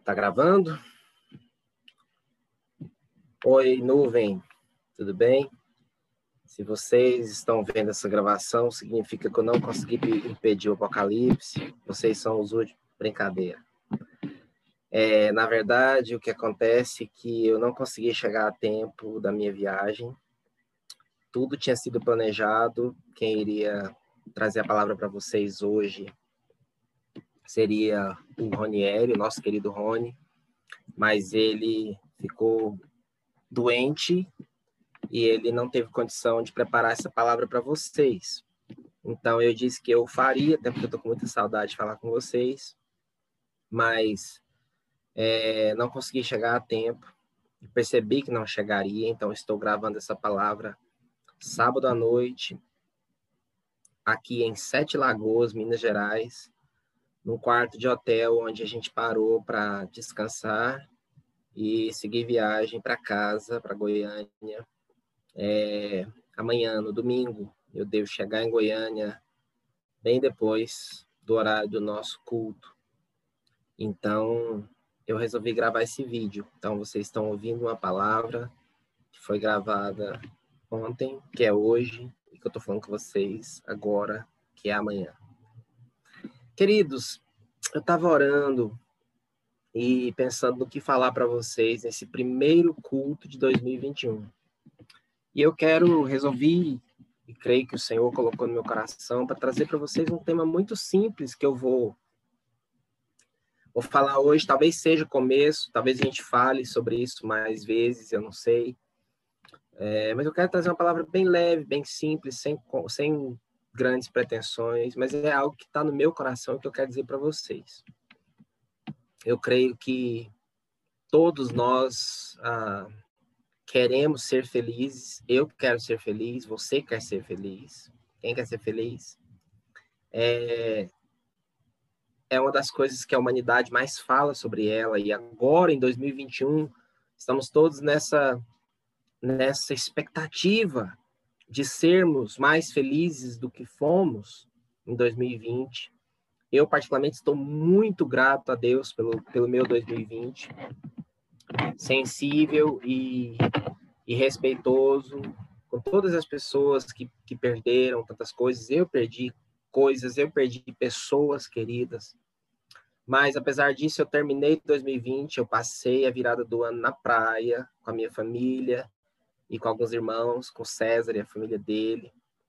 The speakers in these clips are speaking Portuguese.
Tá gravando? Oi, nuvem, tudo bem? Se vocês estão vendo essa gravação, significa que eu não consegui impedir o apocalipse. Vocês são os últimos. Brincadeira. Na verdade, o que acontece é que eu não consegui chegar a tempo da minha viagem. Tudo tinha sido planejado. Quem iria trazer a palavra para vocês hoje seria o Ronieri, o nosso querido Rony, mas ele ficou doente e ele não teve condição de preparar essa palavra para vocês. Então, eu disse que eu faria, até porque eu estou com muita saudade de falar com vocês, mas não consegui chegar a tempo. Percebi que não chegaria, então estou gravando essa palavra sábado à noite, aqui em Sete Lagoas, Minas Gerais, num quarto de hotel onde a gente parou para descansar e seguir viagem para casa, para Goiânia. Amanhã, no domingo, eu devo chegar em Goiânia bem depois do horário do nosso culto. Então, eu resolvi gravar esse vídeo. Então, vocês estão ouvindo uma palavra que foi gravada ontem, que é hoje, e que eu estou falando com vocês agora, que é amanhã. Queridos, eu estava orando e pensando no que falar para vocês nesse primeiro culto de 2021. E eu resolvi, e creio que o Senhor colocou no meu coração, para trazer para vocês um tema muito simples que eu vou falar hoje. Talvez seja o começo, talvez a gente fale sobre isso mais vezes, eu não sei. Mas eu quero trazer uma palavra bem leve, bem simples, sem grandes pretensões, mas é algo que está no meu coração que eu quero dizer para vocês. Eu creio que todos nós queremos ser felizes. Eu quero ser feliz, você quer ser feliz. Quem quer ser feliz? É uma das coisas que a humanidade mais fala sobre ela, e agora, em 2021, estamos todos nessa expectativa de sermos mais felizes do que fomos em 2020. Eu, particularmente, estou muito grato a Deus pelo meu 2020, sensível e respeitoso com todas as pessoas que perderam tantas coisas. Eu perdi coisas, eu perdi pessoas queridas. Mas, apesar disso, eu terminei 2020, eu passei a virada do ano na praia, com a minha família e com alguns irmãos, com o César e a família dele.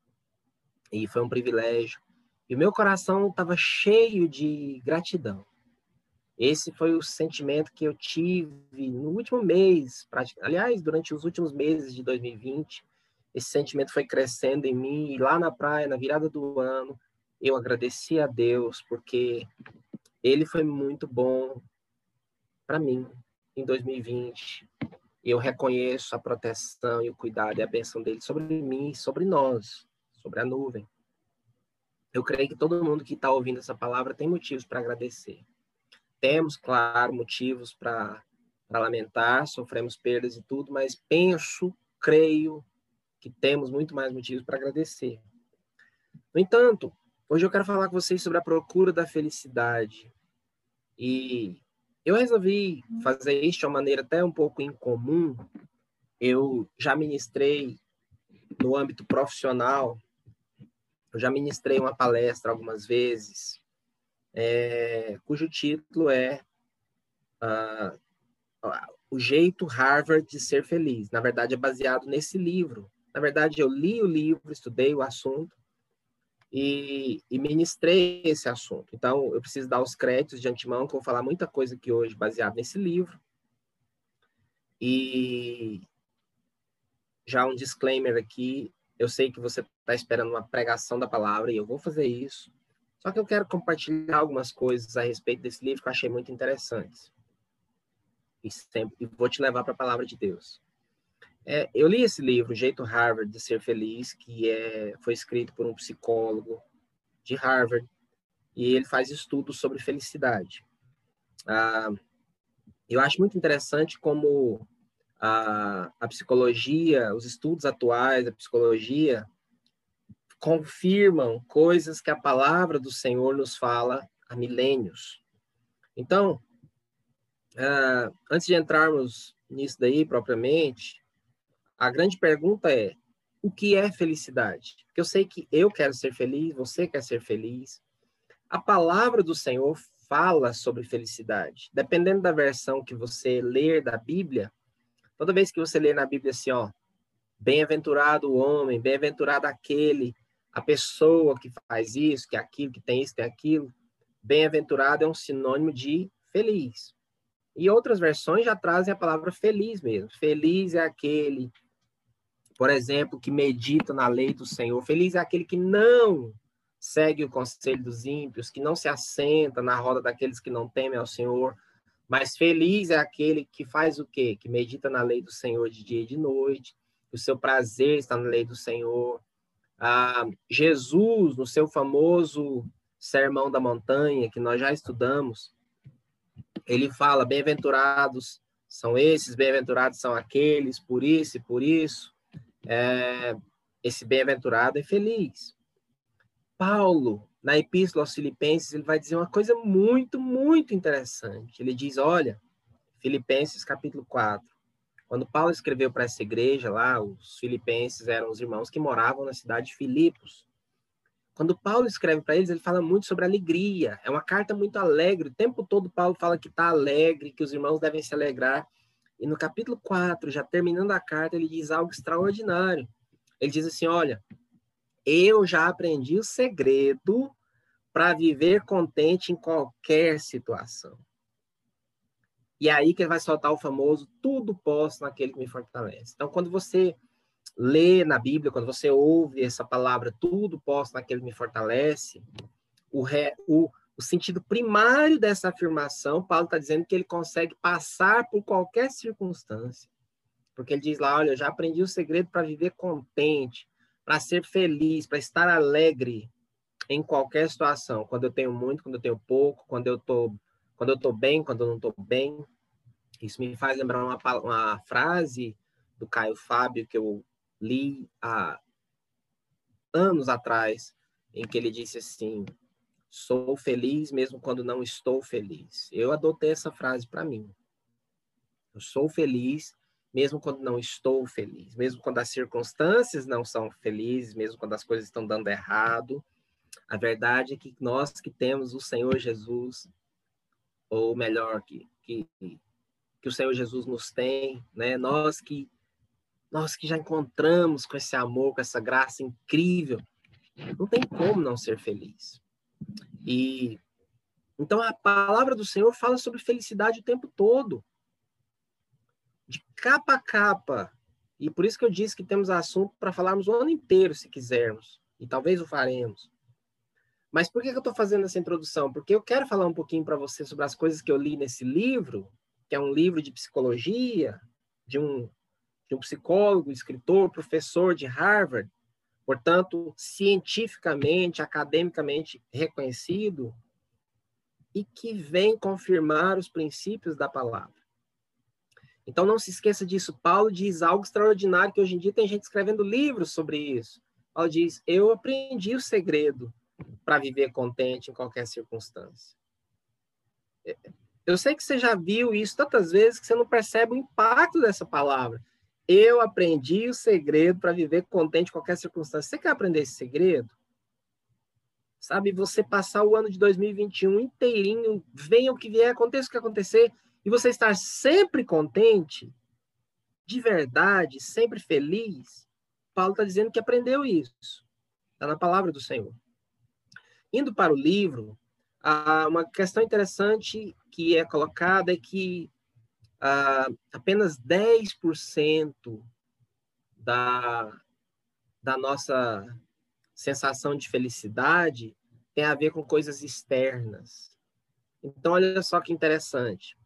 E foi um privilégio. E o meu coração estava cheio de gratidão. Esse foi o sentimento que eu tive no último mês. Aliás, durante os últimos meses de 2020, esse sentimento foi crescendo em mim. E lá na praia, na virada do ano, eu agradeci a Deus, porque Ele foi muito bom para mim em 2020. Eu reconheço a proteção e o cuidado e a bênção dele sobre mim e sobre nós, sobre a nuvem. Eu creio que todo mundo que está ouvindo essa palavra tem motivos para agradecer. Temos, claro, motivos para lamentar, sofremos perdas e tudo, mas creio que temos muito mais motivos para agradecer. No entanto, hoje eu quero falar com vocês sobre a procura da felicidade. E eu resolvi fazer isso de uma maneira até um pouco incomum. Eu já ministrei no âmbito profissional, eu já ministrei uma palestra algumas vezes, cujo título é O Jeito Harvard de Ser Feliz. Na verdade, é baseado nesse livro. Na verdade, eu li o livro, estudei o assunto e ministrei esse assunto. Então, eu preciso dar os créditos de antemão, que eu vou falar muita coisa aqui hoje baseado nesse livro. E já um disclaimer aqui, eu sei que você está esperando uma pregação da palavra e eu vou fazer isso. Só que eu quero compartilhar algumas coisas a respeito desse livro que eu achei muito interessantes. E vou te levar para a palavra de Deus. Eu li esse livro, O Jeito Harvard de Ser Feliz, que foi escrito por um psicólogo de Harvard, e ele faz estudos sobre felicidade. Eu acho muito interessante como a psicologia, os estudos atuais da psicologia, confirmam coisas que a palavra do Senhor nos fala há milênios. Então, Antes de entrarmos nisso daí propriamente, a grande pergunta é: o que é felicidade? Porque eu sei que eu quero ser feliz, você quer ser feliz. A palavra do Senhor fala sobre felicidade. Dependendo da versão que você ler da Bíblia, toda vez que você ler na Bíblia assim, ó, bem-aventurado o homem, bem-aventurado aquele, a pessoa que faz isso, que aquilo, que tem isso, tem aquilo, bem-aventurado é um sinônimo de feliz. E outras versões já trazem a palavra feliz mesmo. Feliz é aquele, por exemplo, que medita na lei do Senhor. Feliz é aquele que não segue o conselho dos ímpios, que não se assenta na roda daqueles que não temem ao Senhor. Mas feliz é aquele que faz o quê? Que medita na lei do Senhor de dia e de noite. O seu prazer está na lei do Senhor. Jesus, no seu famoso Sermão da Montanha, que nós já estudamos, ele fala: bem-aventurados são esses, bem-aventurados são aqueles, por isso e por isso. Esse bem-aventurado é feliz. Paulo, na Epístola aos Filipenses, ele vai dizer uma coisa muito, muito interessante. Ele diz, olha, Filipenses capítulo 4, quando Paulo escreveu para essa igreja lá, os filipenses eram os irmãos que moravam na cidade de Filipos. Quando Paulo escreve para eles, ele fala muito sobre alegria. É uma carta muito alegre. O tempo todo Paulo fala que está alegre, que os irmãos devem se alegrar. E no capítulo 4, já terminando a carta, ele diz algo extraordinário. Ele diz assim, olha, eu já aprendi o segredo para viver contente em qualquer situação. E é aí que ele vai soltar o famoso tudo posso naquele que me fortalece. Então, quando você lê na Bíblia, quando você ouve essa palavra, tudo posso naquele que me fortalece, o sentido primário dessa afirmação, Paulo está dizendo que ele consegue passar por qualquer circunstância. Porque ele diz lá, olha, eu já aprendi o segredo para viver contente, para ser feliz, para estar alegre em qualquer situação. Quando eu tenho muito, quando eu tenho pouco, quando eu tô bem, quando eu não estou bem. Isso me faz lembrar uma frase do Caio Fábio que eu li há anos atrás, em que ele disse assim: sou feliz mesmo quando não estou feliz. Eu adotei essa frase para mim. Eu sou feliz mesmo quando não estou feliz, mesmo quando as circunstâncias não são felizes, mesmo quando as coisas estão dando errado. A verdade é que nós que temos o Senhor Jesus, ou melhor, que o Senhor Jesus nos tem, né? Nós que já encontramos com esse amor, com essa graça incrível, não tem como não ser feliz. E então a palavra do Senhor fala sobre felicidade o tempo todo, de capa a capa. E por isso que eu disse que temos assunto para falarmos o ano inteiro, se quisermos, e talvez o faremos. Mas por que eu estou fazendo essa introdução? Porque eu quero falar um pouquinho para você sobre as coisas que eu li nesse livro, que é um livro de psicologia, de um psicólogo, escritor, professor de Harvard, portanto, cientificamente, academicamente reconhecido, e que vem confirmar os princípios da palavra. Então, não se esqueça disso. Paulo diz algo extraordinário, que hoje em dia tem gente escrevendo livros sobre isso. Paulo diz, eu aprendi o segredo para viver contente em qualquer circunstância. Eu sei que você já viu isso tantas vezes que você não percebe o impacto dessa palavra. Eu aprendi o segredo para viver contente em qualquer circunstância. Você quer aprender esse segredo? Sabe, você passar o ano de 2021 inteirinho, venha o que vier, aconteça o que acontecer, e você estar sempre contente, de verdade, sempre feliz. Paulo está dizendo que aprendeu isso. Está na palavra do Senhor. Indo para o livro, uma questão interessante que é colocada é que apenas 10% da nossa sensação de felicidade tem a ver com coisas externas. Então, olha só que interessante.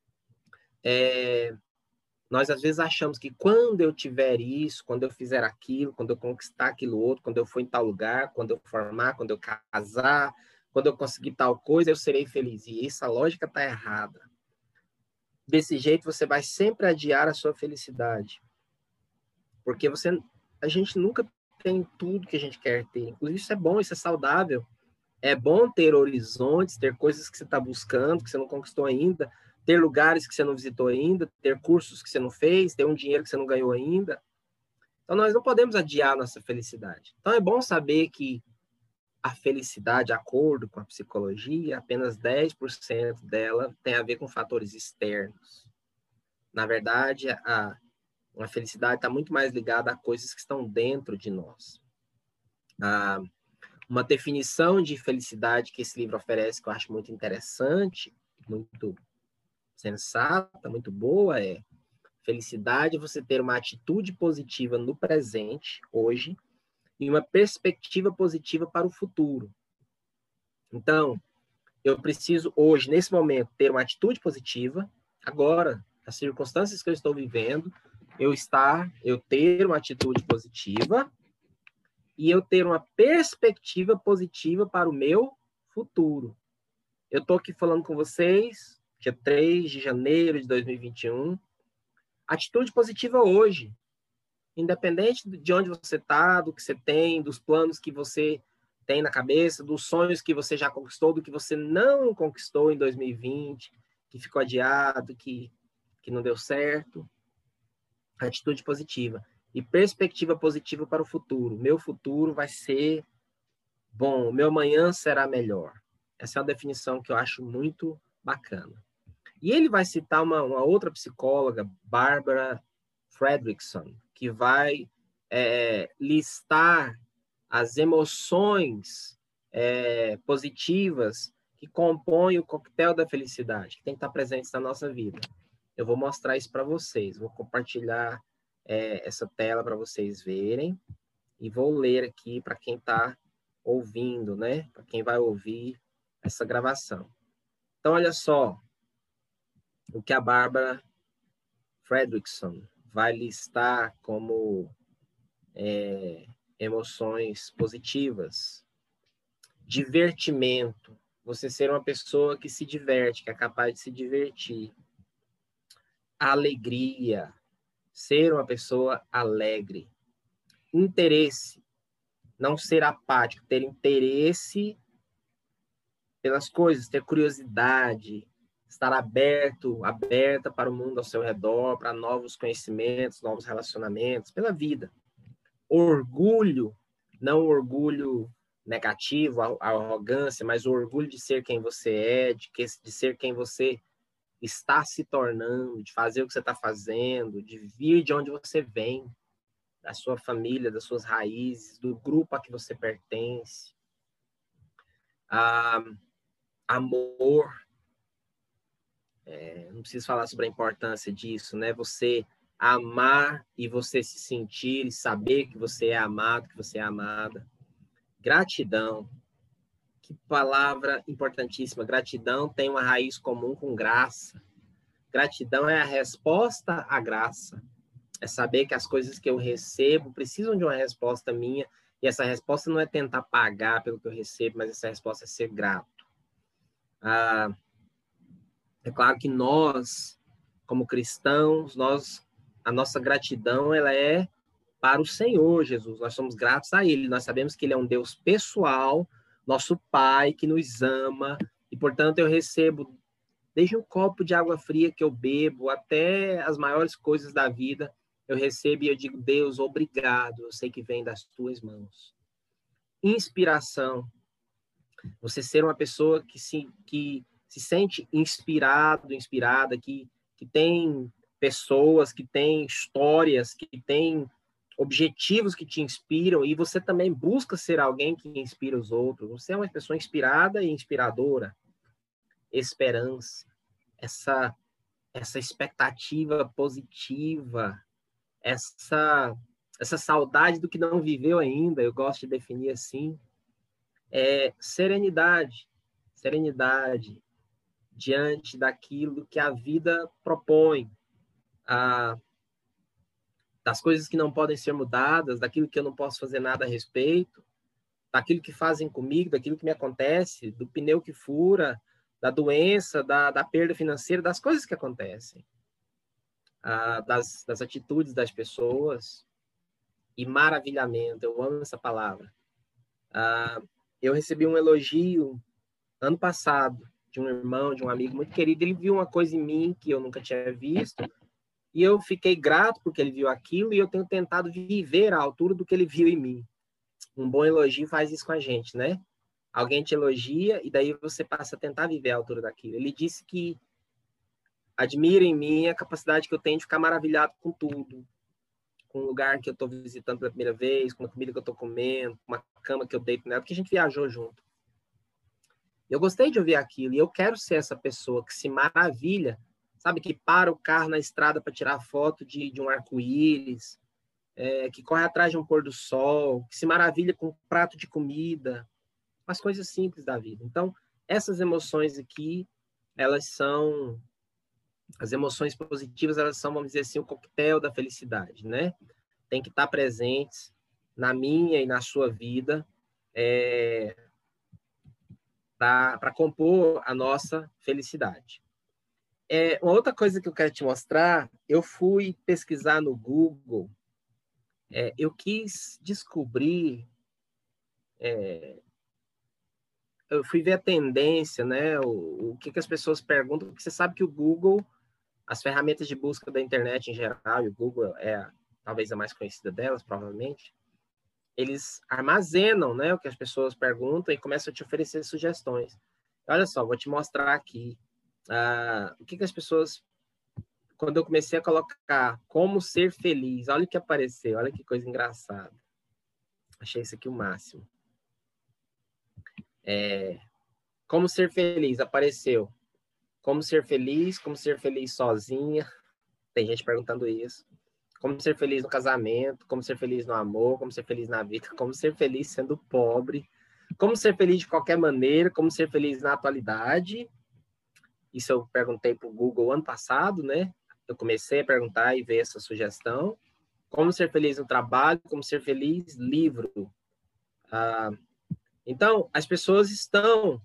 Nós, às vezes, achamos que quando eu tiver isso, quando eu fizer aquilo, quando eu conquistar aquilo outro, quando eu for em tal lugar, quando eu formar, quando eu casar, quando eu conseguir tal coisa, eu serei feliz. E essa lógica está errada. Desse jeito, você vai sempre adiar a sua felicidade. Porque a gente nunca tem tudo que a gente quer ter. Inclusive, isso é bom, isso é saudável. É bom ter horizontes, ter coisas que você está buscando, que você não conquistou ainda, ter lugares que você não visitou ainda, ter cursos que você não fez, ter um dinheiro que você não ganhou ainda. Então, nós não podemos adiar nossa felicidade. Então, é bom saber que a felicidade, de acordo com a psicologia, apenas 10% dela tem a ver com fatores externos. Na verdade, a felicidade está muito mais ligada a coisas que estão dentro de nós. Uma definição de felicidade que esse livro oferece, que eu acho muito interessante, muito sensata, muito boa, é: felicidade é você ter uma atitude positiva no presente, hoje, e uma perspectiva positiva para o futuro. Então, eu preciso hoje, nesse momento, ter uma atitude positiva, agora, as circunstâncias que eu estou vivendo, eu ter uma atitude positiva e eu ter uma perspectiva positiva para o meu futuro. Eu estou aqui falando com vocês, dia 3 de janeiro de 2021. Atitude positiva hoje. Independente de onde você está, do que você tem, dos planos que você tem na cabeça, dos sonhos que você já conquistou, do que você não conquistou em 2020, que ficou adiado, que não deu certo. Atitude positiva. E perspectiva positiva para o futuro. Meu futuro vai ser bom, o meu amanhã será melhor. Essa é uma definição que eu acho muito bacana. E ele vai citar uma outra psicóloga, Barbara Fredrickson, que vai listar as emoções positivas que compõem o coquetel da felicidade, que tem que estar presentes na nossa vida. Eu vou mostrar isso para vocês, vou compartilhar essa tela para vocês verem e vou ler aqui para quem está ouvindo, né? Para quem vai ouvir essa gravação. Então, olha só o que a Barbara Fredrickson vai listar como emoções positivas. Divertimento. Você ser uma pessoa que se diverte, que é capaz de se divertir. Alegria. Ser uma pessoa alegre. Interesse. Não ser apático, ter interesse pelas coisas, ter curiosidade, estar aberta para o mundo ao seu redor, para novos conhecimentos, novos relacionamentos, pela vida. Orgulho, não orgulho negativo, a arrogância, mas o orgulho de ser quem você é, de ser quem você está se tornando, de fazer o que você está fazendo, de vir de onde você vem, da sua família, das suas raízes, do grupo a que você pertence. Amor. Não preciso falar sobre a importância disso, né? Você amar e você se sentir e saber que você é amado, que você é amada. Gratidão. Que palavra importantíssima. Gratidão tem uma raiz comum com graça. Gratidão é a resposta à graça. É saber que as coisas que eu recebo precisam de uma resposta minha, e essa resposta não é tentar pagar pelo que eu recebo, mas essa resposta é ser grato. É claro que nós, como cristãos, a nossa gratidão ela é para o Senhor Jesus. Nós somos gratos a Ele. Nós sabemos que Ele é um Deus pessoal, nosso Pai que nos ama, e, portanto, eu recebo desde um copo de água fria que eu bebo até as maiores coisas da vida, eu recebo e eu digo: Deus, obrigado, eu sei que vem das tuas mãos. Inspiração. Você ser uma pessoa que se sente inspirada, que tem pessoas, que tem histórias, que tem objetivos que te inspiram, e você também busca ser alguém que inspira os outros. Você é uma pessoa inspirada e inspiradora. Esperança. Essa expectativa positiva, essa saudade do que não viveu ainda, eu gosto de definir assim. Serenidade diante daquilo que a vida propõe, das coisas que não podem ser mudadas, daquilo que eu não posso fazer nada a respeito, daquilo que fazem comigo, daquilo que me acontece, do pneu que fura, da doença, da perda financeira, das coisas que acontecem, das atitudes das pessoas. E maravilhamento, eu amo essa palavra. Eu recebi um elogio ano passado de um irmão, de um amigo muito querido. Ele viu uma coisa em mim que eu nunca tinha visto, e eu fiquei grato porque ele viu aquilo, e eu tenho tentado viver à altura do que ele viu em mim. Um bom elogio faz isso com a gente, né? Alguém te elogia, e daí você passa a tentar viver à altura daquilo. Ele disse que admira em mim a capacidade que eu tenho de ficar maravilhado com tudo, com o lugar que eu estou visitando pela primeira vez, com a comida que eu estou comendo, com uma cama que eu deito nela, porque a gente viajou junto. Eu gostei de ouvir aquilo, e eu quero ser essa pessoa que se maravilha, sabe, que para o carro na estrada para tirar foto de um arco-íris, que corre atrás de um pôr do sol, que se maravilha com um prato de comida, as coisas simples da vida. Então, essas emoções aqui, elas são... As emoções positivas, elas são, vamos dizer assim, o coquetel da felicidade, né? Tem que estar presentes na minha e na sua vida para compor a nossa felicidade. Uma outra coisa que eu quero te mostrar, eu fui pesquisar no Google, eu quis descobrir, eu fui ver a tendência, né? O que as pessoas perguntam, porque você sabe que o Google, as ferramentas de busca da internet em geral, e o Google é talvez a mais conhecida delas, provavelmente, eles armazenam, né, o que as pessoas perguntam e começam a te oferecer sugestões. Olha só, vou te mostrar aqui o que as pessoas... Quando eu comecei a colocar como ser feliz, olha o que apareceu, olha que coisa engraçada. Achei isso aqui o máximo. Como ser feliz, apareceu. Como ser feliz sozinha. Tem gente perguntando isso. Como ser feliz no casamento, como ser feliz no amor, como ser feliz na vida, como ser feliz sendo pobre, como ser feliz de qualquer maneira, como ser feliz na atualidade. Isso eu perguntei para o Google ano passado, né? Eu comecei a perguntar e ver essa sugestão. Como ser feliz no trabalho, como ser feliz, livro. Então, as pessoas estão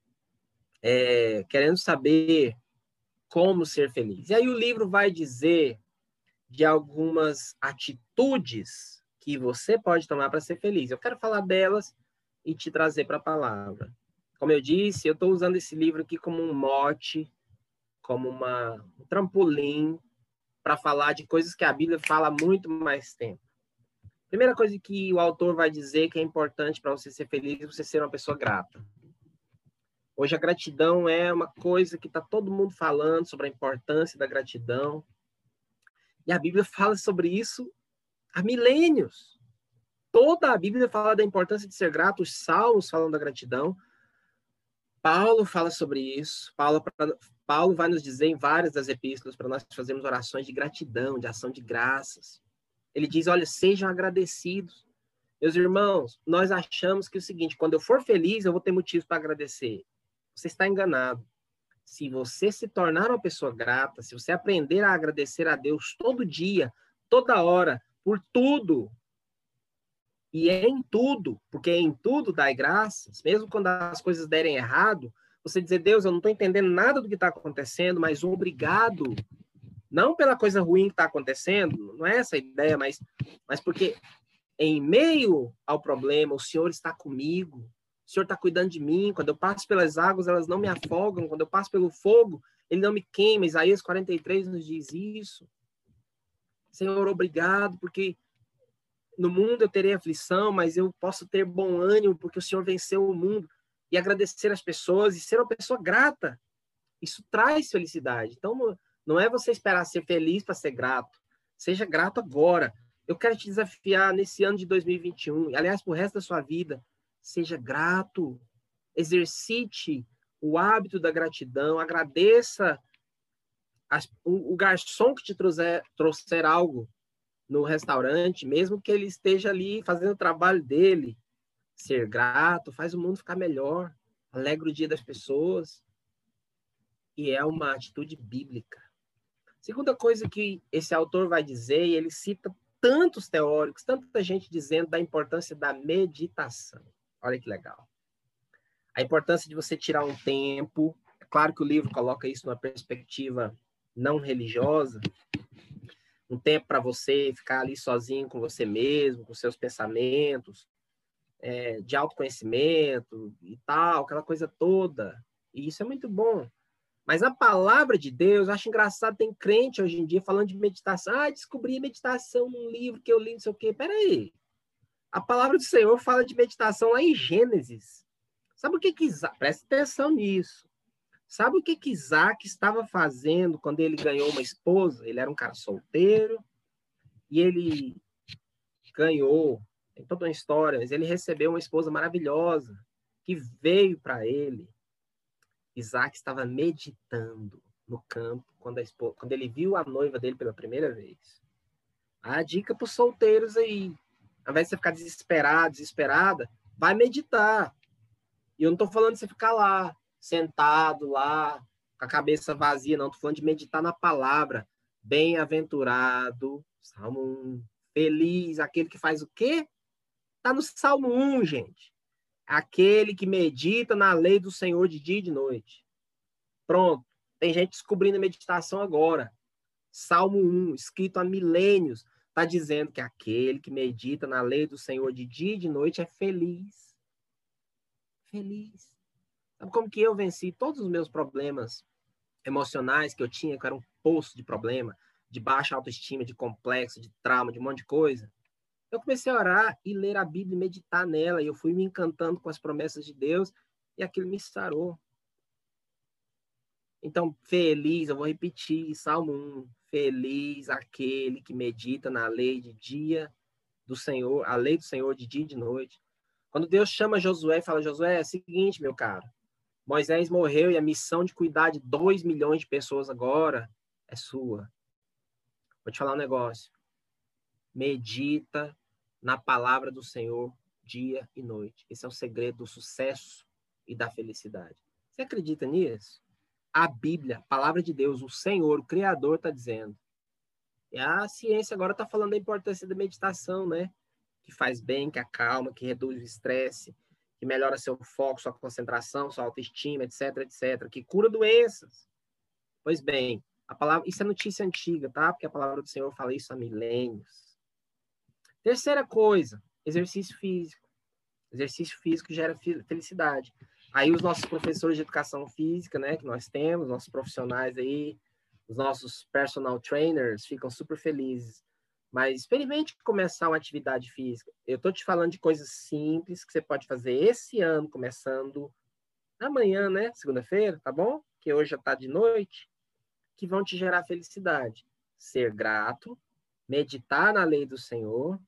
querendo saber como ser feliz. E aí o livro vai dizer de algumas atitudes que você pode tomar para ser feliz. Eu quero falar delas e te trazer para a palavra. Como eu disse, eu estou usando esse livro aqui como um mote, como um trampolim para falar de coisas que a Bíblia fala há muito mais tempo. Primeira coisa que o autor vai dizer que é importante para você ser feliz é você ser uma pessoa grata. Hoje a gratidão é uma coisa que está todo mundo falando sobre a importância da gratidão. E a Bíblia fala sobre isso há milênios. Toda a Bíblia fala da importância de ser grato, os salmos falam da gratidão. Paulo fala sobre isso. Paulo vai nos dizer em várias das epístolas para nós fazermos orações de gratidão, de ação de graças. Ele diz, olha, sejam agradecidos. Meus irmãos, nós achamos que é o seguinte, quando eu for feliz, eu vou ter motivos para agradecer. Você está enganado. Se você se tornar uma pessoa grata, se você aprender a agradecer a Deus todo dia, toda hora, por tudo, e em tudo, porque em tudo dai graças, mesmo quando as coisas derem errado, você dizer, Deus, eu não estou entendendo nada do que está acontecendo, mas obrigado. Não pela coisa ruim que está acontecendo, não é essa a ideia, mas porque em meio ao problema, o Senhor está comigo, o Senhor está cuidando de mim. Quando eu passo pelas águas, elas não me afogam. Quando eu passo pelo fogo, ele não me queima. Isaías 43 nos diz isso. Senhor, obrigado, porque no mundo eu terei aflição, mas eu posso ter bom ânimo, porque o Senhor venceu o mundo. E agradecer as pessoas e ser uma pessoa grata. Isso traz felicidade. Então, não é você esperar ser feliz para ser grato. Seja grato agora. Eu quero te desafiar nesse ano de 2021, aliás, para o resto da sua vida, seja grato, exercite o hábito da gratidão, agradeça o garçom que te trouxer algo no restaurante, mesmo que ele esteja ali fazendo o trabalho dele. Ser grato faz o mundo ficar melhor, alegra o dia das pessoas, e é uma atitude bíblica. Segunda coisa que esse autor vai dizer, e ele cita tantos teóricos, tanta gente dizendo da importância da meditação. Olha que legal. A importância de você tirar um tempo. É claro que o livro coloca isso numa perspectiva não religiosa. Um tempo para você ficar ali sozinho com você mesmo, com seus pensamentos, de autoconhecimento e tal, aquela coisa toda. E isso é muito bom. Mas a palavra de Deus, eu acho engraçado, tem crente hoje em dia falando de meditação. Ah, descobri meditação num livro que eu li, não sei o quê. Peraí. A palavra do Senhor fala de meditação lá em Gênesis. Sabe o que Isaac... Presta atenção nisso. Sabe o que Isaac estava fazendo quando ele ganhou uma esposa? Ele era um cara solteiro e ele ganhou, tem toda uma história, mas ele recebeu uma esposa maravilhosa que veio para ele. Isaac estava meditando no campo quando ele viu a noiva dele pela primeira vez. A dica para os solteiros aí, ao invés de você ficar desesperado, desesperada, vai meditar. E eu não estou falando de você ficar lá, sentado lá, com a cabeça vazia, não. Estou falando de meditar na palavra. Bem-aventurado, Salmo 1. Feliz, aquele que faz o quê? Está no Salmo 1, gente. Aquele que medita na lei do Senhor de dia e de noite. Pronto. Tem gente descobrindo a meditação agora. Salmo 1, escrito há milênios, está dizendo que aquele que medita na lei do Senhor de dia e de noite é feliz. Feliz. Sabe como que eu venci todos os meus problemas emocionais que eu tinha, que era um poço de problema, de baixa autoestima, de complexo, de trauma, de um monte de coisa? Eu comecei a orar e ler a Bíblia e meditar nela, e eu fui me encantando com as promessas de Deus, e aquilo me sarou. Então, feliz, eu vou repetir, Salmo 1, feliz aquele que medita na lei de dia do Senhor, a lei do Senhor de dia e de noite. Quando Deus chama Josué e fala, Josué, é o seguinte, meu caro, Moisés morreu e a missão de cuidar de 2 milhões de pessoas agora é sua. Vou te falar um negócio. Medita na palavra do Senhor dia e noite. Esse é o segredo do sucesso e da felicidade. Você acredita nisso? A Bíblia, a palavra de Deus, o Senhor, o Criador, está dizendo. E a ciência agora está falando da importância da meditação, né? Que faz bem, que acalma, que reduz o estresse, que melhora seu foco, sua concentração, sua autoestima, etc, etc, que cura doenças. Pois bem, a palavra, isso é notícia antiga, tá? Porque a palavra do Senhor fala isso há milênios. Terceira coisa, exercício físico. Exercício físico gera felicidade. Aí os nossos professores de educação física, né, que nós temos, nossos profissionais aí, os nossos personal trainers ficam super felizes. Mas experimente começar uma atividade física. Eu estou te falando de coisas simples que você pode fazer esse ano, começando amanhã, né, segunda-feira, tá bom? Que hoje já está de noite, que vão te gerar felicidade. Ser grato, meditar na lei do Senhor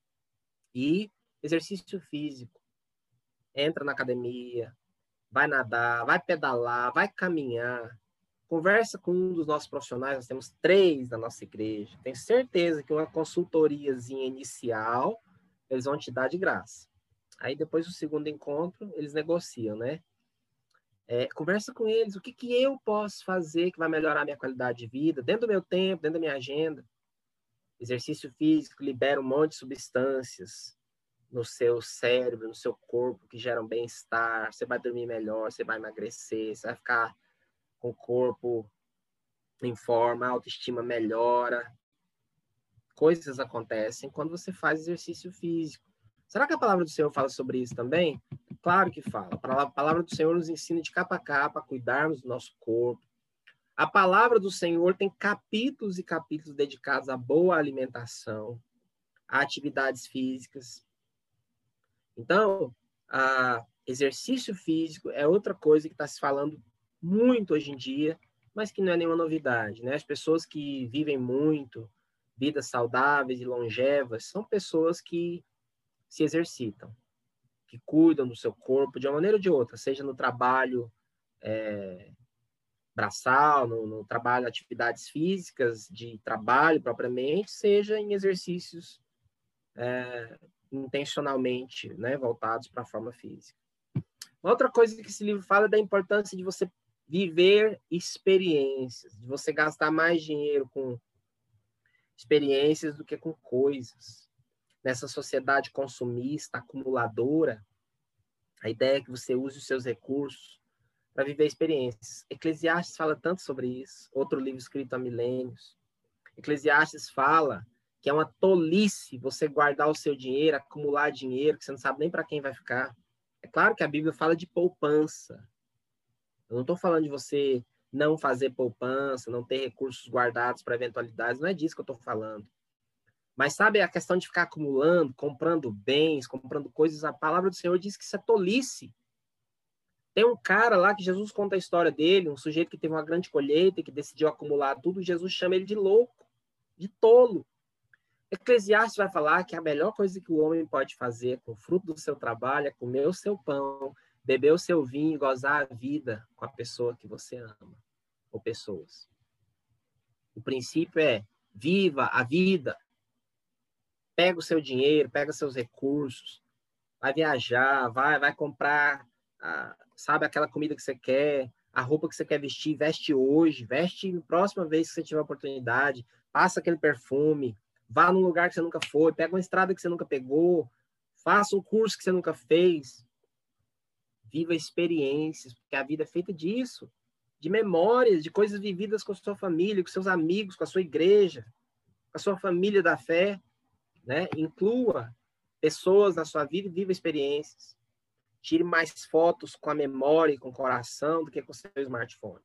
e exercício físico. Entra na academia, vai nadar, vai pedalar, vai caminhar. Conversa com um dos nossos profissionais, nós temos 3 na nossa igreja. Tenho certeza que uma consultoriazinha inicial, eles vão te dar de graça. Aí depois do segundo encontro, eles negociam, né? Conversa com eles, o que eu posso fazer que vai melhorar a minha qualidade de vida, dentro do meu tempo, dentro da minha agenda. Exercício físico libera um monte de substâncias no seu cérebro, no seu corpo, que geram bem-estar, você vai dormir melhor, você vai emagrecer, você vai ficar com o corpo em forma, a autoestima melhora. Coisas acontecem quando você faz exercício físico. Será que a palavra do Senhor fala sobre isso também? Claro que fala. A palavra do Senhor nos ensina de capa a capa a cuidarmos do nosso corpo. A palavra do Senhor tem capítulos e capítulos dedicados à boa alimentação, a atividades físicas. Então, exercício físico é outra coisa que está se falando muito hoje em dia, mas que não é nenhuma novidade, né? As pessoas que vivem muito, vidas saudáveis e longevas, são pessoas que se exercitam, que cuidam do seu corpo de uma maneira ou de outra, seja no trabalho braçal, no trabalho, atividades físicas, de trabalho propriamente, seja em exercícios intencionalmente, né, voltados para a forma física. Outra coisa que esse livro fala é da importância de você viver experiências, de você gastar mais dinheiro com experiências do que com coisas. Nessa sociedade consumista, acumuladora, a ideia é que você use os seus recursos para viver experiências. Eclesiastes fala tanto sobre isso, outro livro escrito há milênios. Eclesiastes fala que é uma tolice você guardar o seu dinheiro, acumular dinheiro, que você não sabe nem para quem vai ficar. É claro que a Bíblia fala de poupança, Eu não estou falando de você não fazer poupança, não ter recursos guardados para eventualidades, não é disso que eu estou falando. Mas sabe a questão de ficar acumulando, comprando bens, comprando coisas, a palavra do Senhor diz que isso é tolice. Tem um cara lá que Jesus conta a história dele, um sujeito que teve uma grande colheita e que decidiu acumular tudo, Jesus chama ele de louco, de tolo. Eclesiastes vai falar que a melhor coisa que o homem pode fazer com o fruto do seu trabalho é comer o seu pão, beber o seu vinho e gozar a vida com a pessoa que você ama, ou pessoas. O princípio é: viva a vida. Pega o seu dinheiro, pega seus recursos, vai viajar, vai comprar, sabe, aquela comida que você quer, a roupa que você quer vestir, veste hoje, veste na próxima vez que você tiver oportunidade, passa aquele perfume, vá num lugar que você nunca foi, pega uma estrada que você nunca pegou, faça um curso que você nunca fez, viva experiências, porque a vida é feita disso, de memórias, de coisas vividas com a sua família, com seus amigos, com a sua igreja, com a sua família da fé, né? Inclua pessoas na sua vida e viva experiências. Tire mais fotos com a memória e com o coração do que com o seu smartphone.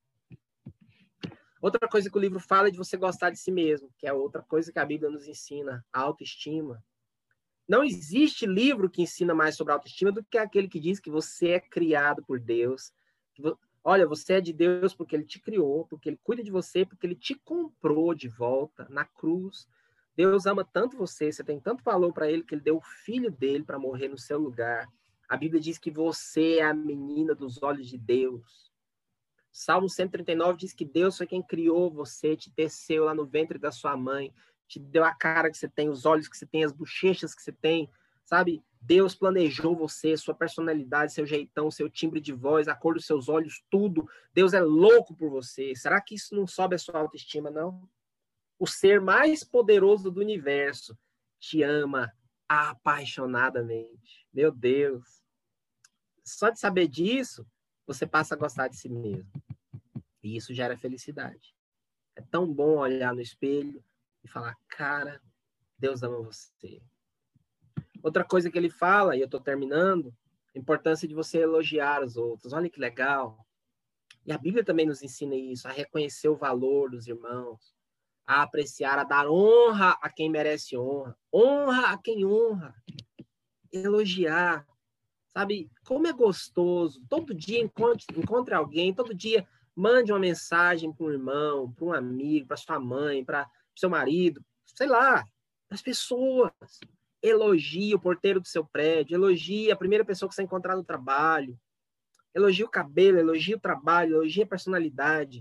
Outra coisa que o livro fala é de você gostar de si mesmo, que é outra coisa que a Bíblia nos ensina, a autoestima. Não existe livro que ensina mais sobre autoestima do que aquele que diz que você é criado por Deus. Olha, você é de Deus porque Ele te criou, porque Ele cuida de você, porque Ele te comprou de volta na cruz. Deus ama tanto você, você tem tanto valor para Ele que Ele deu o filho dele para morrer no seu lugar. A Bíblia diz que você é a menina dos olhos de Deus. Salmo 139 diz que Deus foi quem criou você, te teceu lá no ventre da sua mãe, te deu a cara que você tem, os olhos que você tem, as bochechas que você tem, sabe? Deus planejou você, sua personalidade, seu jeitão, seu timbre de voz, a cor dos seus olhos, tudo. Deus é louco por você. Será que isso não sobe a sua autoestima, não? O ser mais poderoso do universo te ama apaixonadamente. Meu Deus. Só de saber disso, você passa a gostar de si mesmo. E isso gera felicidade. É tão bom olhar no espelho e falar, cara, Deus ama você. Outra coisa que ele fala, e eu estou terminando, a importância de você elogiar os outros. Olha que legal. E a Bíblia também nos ensina isso, a reconhecer o valor dos irmãos, a apreciar, a dar honra a quem merece honra. Honra a quem honra. Elogiar. Sabe, como é gostoso. Todo dia encontre alguém, todo dia mande uma mensagem para um irmão, para um amigo, para sua mãe, para seu marido, sei lá, para as pessoas. Elogie o porteiro do seu prédio, elogie a primeira pessoa que você encontrar no trabalho, elogie o cabelo, elogie o trabalho, elogie a personalidade.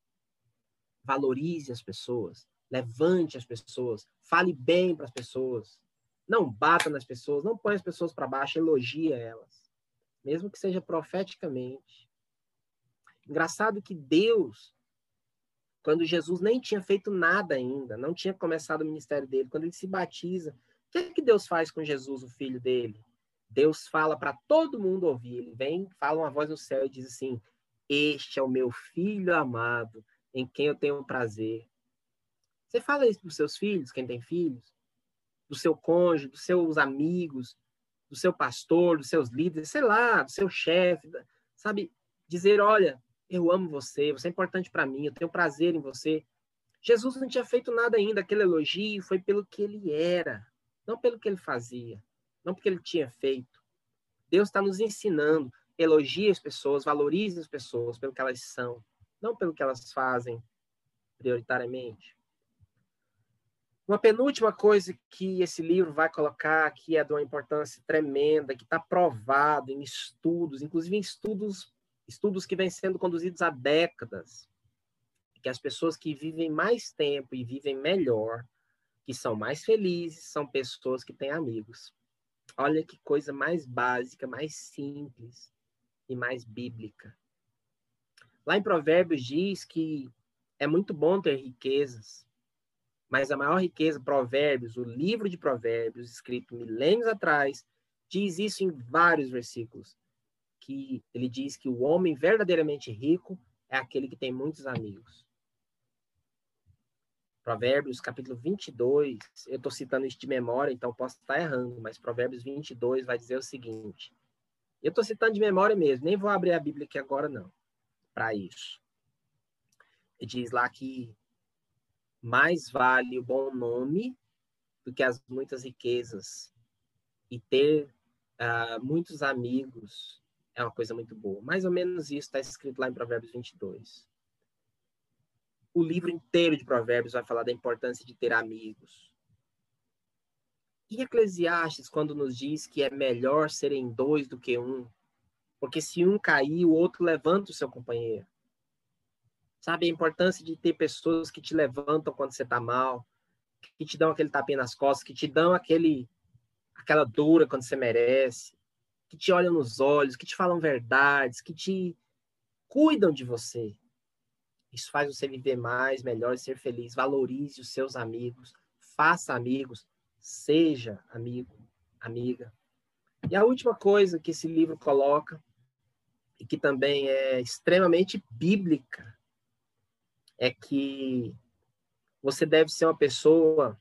Valorize as pessoas, levante as pessoas, fale bem para as pessoas. Não bata nas pessoas, não põe as pessoas para baixo, elogie elas. Mesmo que seja profeticamente. Engraçado que Deus, quando Jesus nem tinha feito nada ainda, não tinha começado o ministério dele, quando ele se batiza, o que é que Deus faz com Jesus, o filho dele? Deus fala para todo mundo ouvir. Ele vem, fala uma voz no céu e diz assim: este é o meu filho amado, em quem eu tenho prazer. Você fala isso para os seus filhos, quem tem filhos? Do seu cônjuge, dos seus amigos, do seu pastor, dos seus líderes, sei lá, do seu chefe, sabe? Dizer, olha, eu amo você, você é importante para mim, eu tenho prazer em você. Jesus não tinha feito nada ainda, aquele elogio foi pelo que ele era, não pelo que ele fazia, não porque ele tinha feito. Deus está nos ensinando, elogie as pessoas, valorize as pessoas pelo que elas são, não pelo que elas fazem prioritariamente. Uma penúltima coisa que esse livro vai colocar, que é de uma importância tremenda, que está provado em estudos, inclusive em estudos que vêm sendo conduzidos há décadas, que as pessoas que vivem mais tempo e vivem melhor, que são mais felizes, são pessoas que têm amigos. Olha que coisa mais básica, mais simples e mais bíblica. Lá em Provérbios diz que é muito bom ter riquezas, mas a maior riqueza, Provérbios, o livro de Provérbios, escrito milênios atrás, diz isso em vários versículos, que ele diz que o homem verdadeiramente rico é aquele que tem muitos amigos. Provérbios, capítulo 22, eu estou citando isso de memória, então posso estar errando, mas Provérbios 22 vai dizer o seguinte, eu estou citando de memória mesmo, nem vou abrir a Bíblia aqui agora, não. para isso. Ele diz lá que mais vale o bom nome do que as muitas riquezas. E ter muitos amigos é uma coisa muito boa. Mais ou menos isso está escrito lá em Provérbios 22. O livro inteiro de Provérbios vai falar da importância de ter amigos. E Eclesiastes, quando nos diz que é melhor serem dois do que um, porque se um cair, o outro levanta o seu companheiro. Sabe, a importância de ter pessoas que te levantam quando você está mal, que te dão aquele tapinha nas costas, que te dão aquela dura quando você merece, que te olham nos olhos, que te falam verdades, que te cuidam de você. Isso faz você viver mais, melhor, ser feliz. Valorize os seus amigos, faça amigos, seja amigo, amiga. E a última coisa que esse livro coloca, e que também é extremamente bíblica, é que você deve ser uma pessoa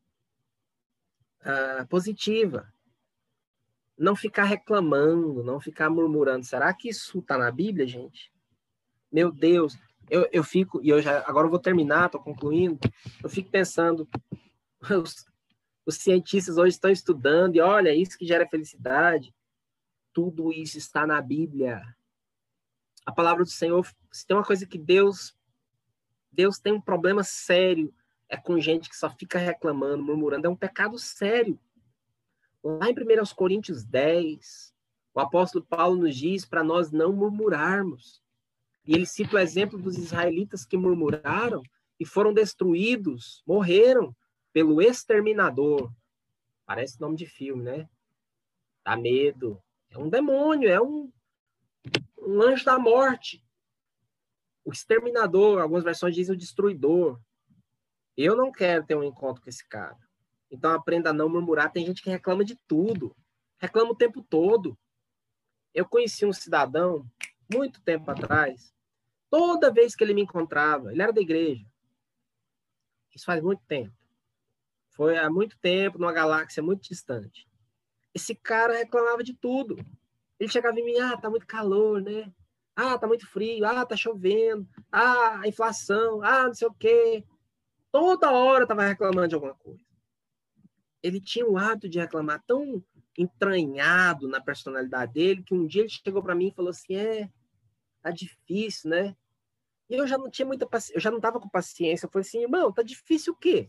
positiva. Não ficar reclamando, não ficar murmurando. Será que isso está na Bíblia, gente? Meu Deus, eu fico, e agora eu vou terminar, estou concluindo, eu fico pensando, os cientistas hoje estão estudando, e olha, isso que gera felicidade, tudo isso está na Bíblia. A palavra do Senhor, se tem uma coisa que Deus tem um problema sério, é com gente que só fica reclamando, murmurando, é um pecado sério. Lá em 1 Coríntios 10, o apóstolo Paulo nos diz para nós não murmurarmos. E ele cita o exemplo dos israelitas que murmuraram e foram destruídos, morreram pelo exterminador. Parece nome de filme, né? Dá medo. É um demônio, é um anjo da morte. O exterminador, algumas versões dizem o destruidor. Eu não quero ter um encontro com esse cara. Então aprenda a não murmurar. Tem gente que reclama de tudo. Reclama o tempo todo. Eu conheci um cidadão, muito tempo atrás, toda vez que ele me encontrava, ele era da igreja. Isso faz muito tempo. Foi há muito tempo, numa galáxia muito distante. Esse cara reclamava de tudo. Ele chegava em mim, tá muito calor, né? Tá muito frio, tá chovendo, a inflação, não sei o quê. Toda hora tava reclamando de alguma coisa. Ele tinha o hábito de reclamar tão entranhado na personalidade dele, que um dia ele chegou para mim e falou assim, tá difícil, né? E eu já não tinha muita paciência, eu já não tava com paciência. Eu falei assim, irmão, tá difícil o quê?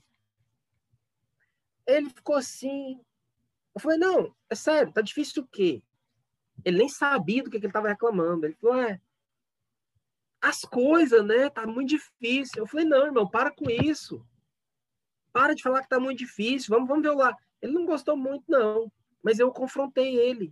Ele ficou assim. Eu falei, não, é sério, tá difícil o quê? Ele nem sabia do que ele tava reclamando. Ele falou, as coisas, né? Tá muito difícil. Eu falei, não, irmão, para com isso. Para de falar que tá muito difícil. Vamos ver lá. Ele não gostou muito, não. Mas eu confrontei ele.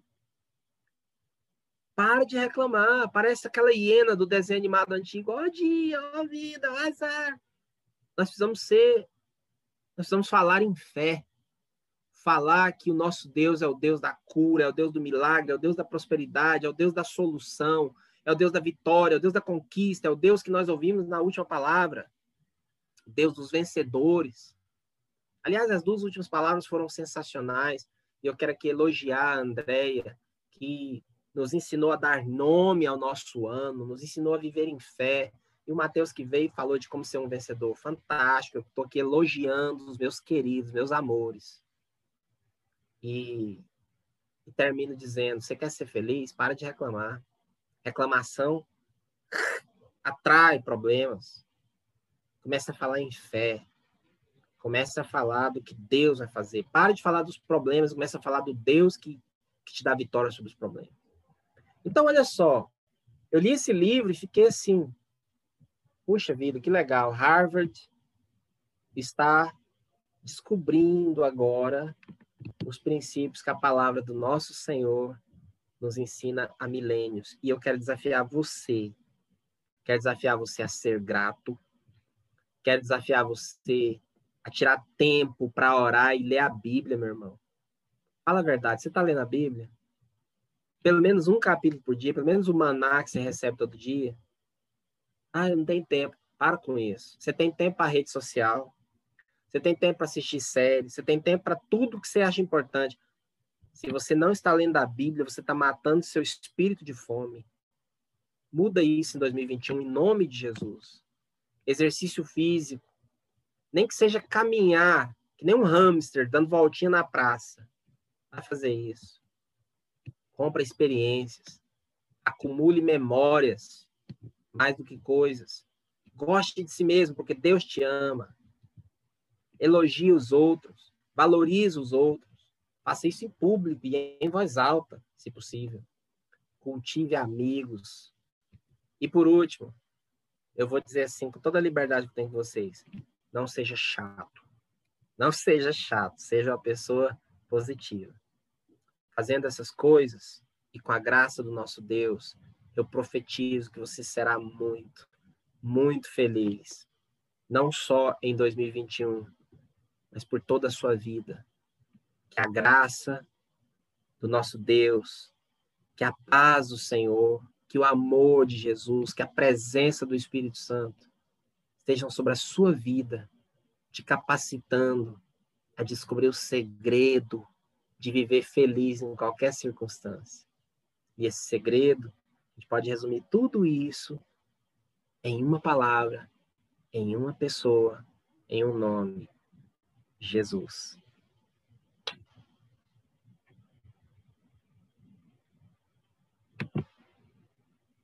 Para de reclamar. Parece aquela hiena do desenho animado antigo. Ó dia, ó vida, ó azar. Nós precisamos falar em fé. Falar que o nosso Deus é o Deus da cura, é o Deus do milagre, é o Deus da prosperidade, é o Deus da solução, é o Deus da vitória, é o Deus da conquista, é o Deus que nós ouvimos na última palavra. Deus dos vencedores. Aliás, as duas últimas palavras foram sensacionais. E eu quero aqui elogiar a Andréia, que nos ensinou a dar nome ao nosso ano, nos ensinou a viver em fé. E o Mateus que veio e falou de como ser um vencedor. Fantástico. Eu estou aqui elogiando os meus queridos, meus amores. E termino dizendo, você quer ser feliz? Para de reclamar. Reclamação atrai problemas. Comece a falar em fé. Comece a falar do que Deus vai fazer. Pare de falar dos problemas, comece a falar do Deus que te dá vitória sobre os problemas. Então, olha só. Eu li esse livro e fiquei assim, puxa vida, que legal. Harvard está descobrindo agora os princípios que a palavra do nosso Senhor nos ensina há milênios. E eu quero desafiar você. Quero desafiar você a ser grato. Quero desafiar você a tirar tempo para orar e ler a Bíblia, meu irmão. Fala a verdade, você está lendo a Bíblia? Pelo menos um capítulo por dia, pelo menos o maná que você recebe todo dia? Eu não tenho tempo. Para com isso. Você tem tempo para rede social, você tem tempo para assistir séries, você tem tempo para tudo que você acha importante. Se você não está lendo a Bíblia, você está matando seu espírito de fome. Muda isso em 2021, em nome de Jesus. Exercício físico. Nem que seja caminhar, que nem um hamster, dando voltinha na praça. Vai fazer isso. Compra experiências. Acumule memórias, mais do que coisas. Goste de si mesmo, porque Deus te ama. Elogie os outros. Valorize os outros. Faça isso em público e em voz alta, se possível. Cultive amigos. E por último, eu vou dizer assim, com toda a liberdade que eu tenho com vocês, não seja chato. Não seja chato, seja uma pessoa positiva. Fazendo essas coisas, e com a graça do nosso Deus, eu profetizo que você será muito, muito feliz. Não só em 2021, mas por toda a sua vida. Que a graça do nosso Deus, que a paz do Senhor, que o amor de Jesus, que a presença do Espírito Santo estejam sobre a sua vida, te capacitando a descobrir o segredo de viver feliz em qualquer circunstância. E esse segredo, a gente pode resumir tudo isso em uma palavra, em uma pessoa, em um nome: Jesus.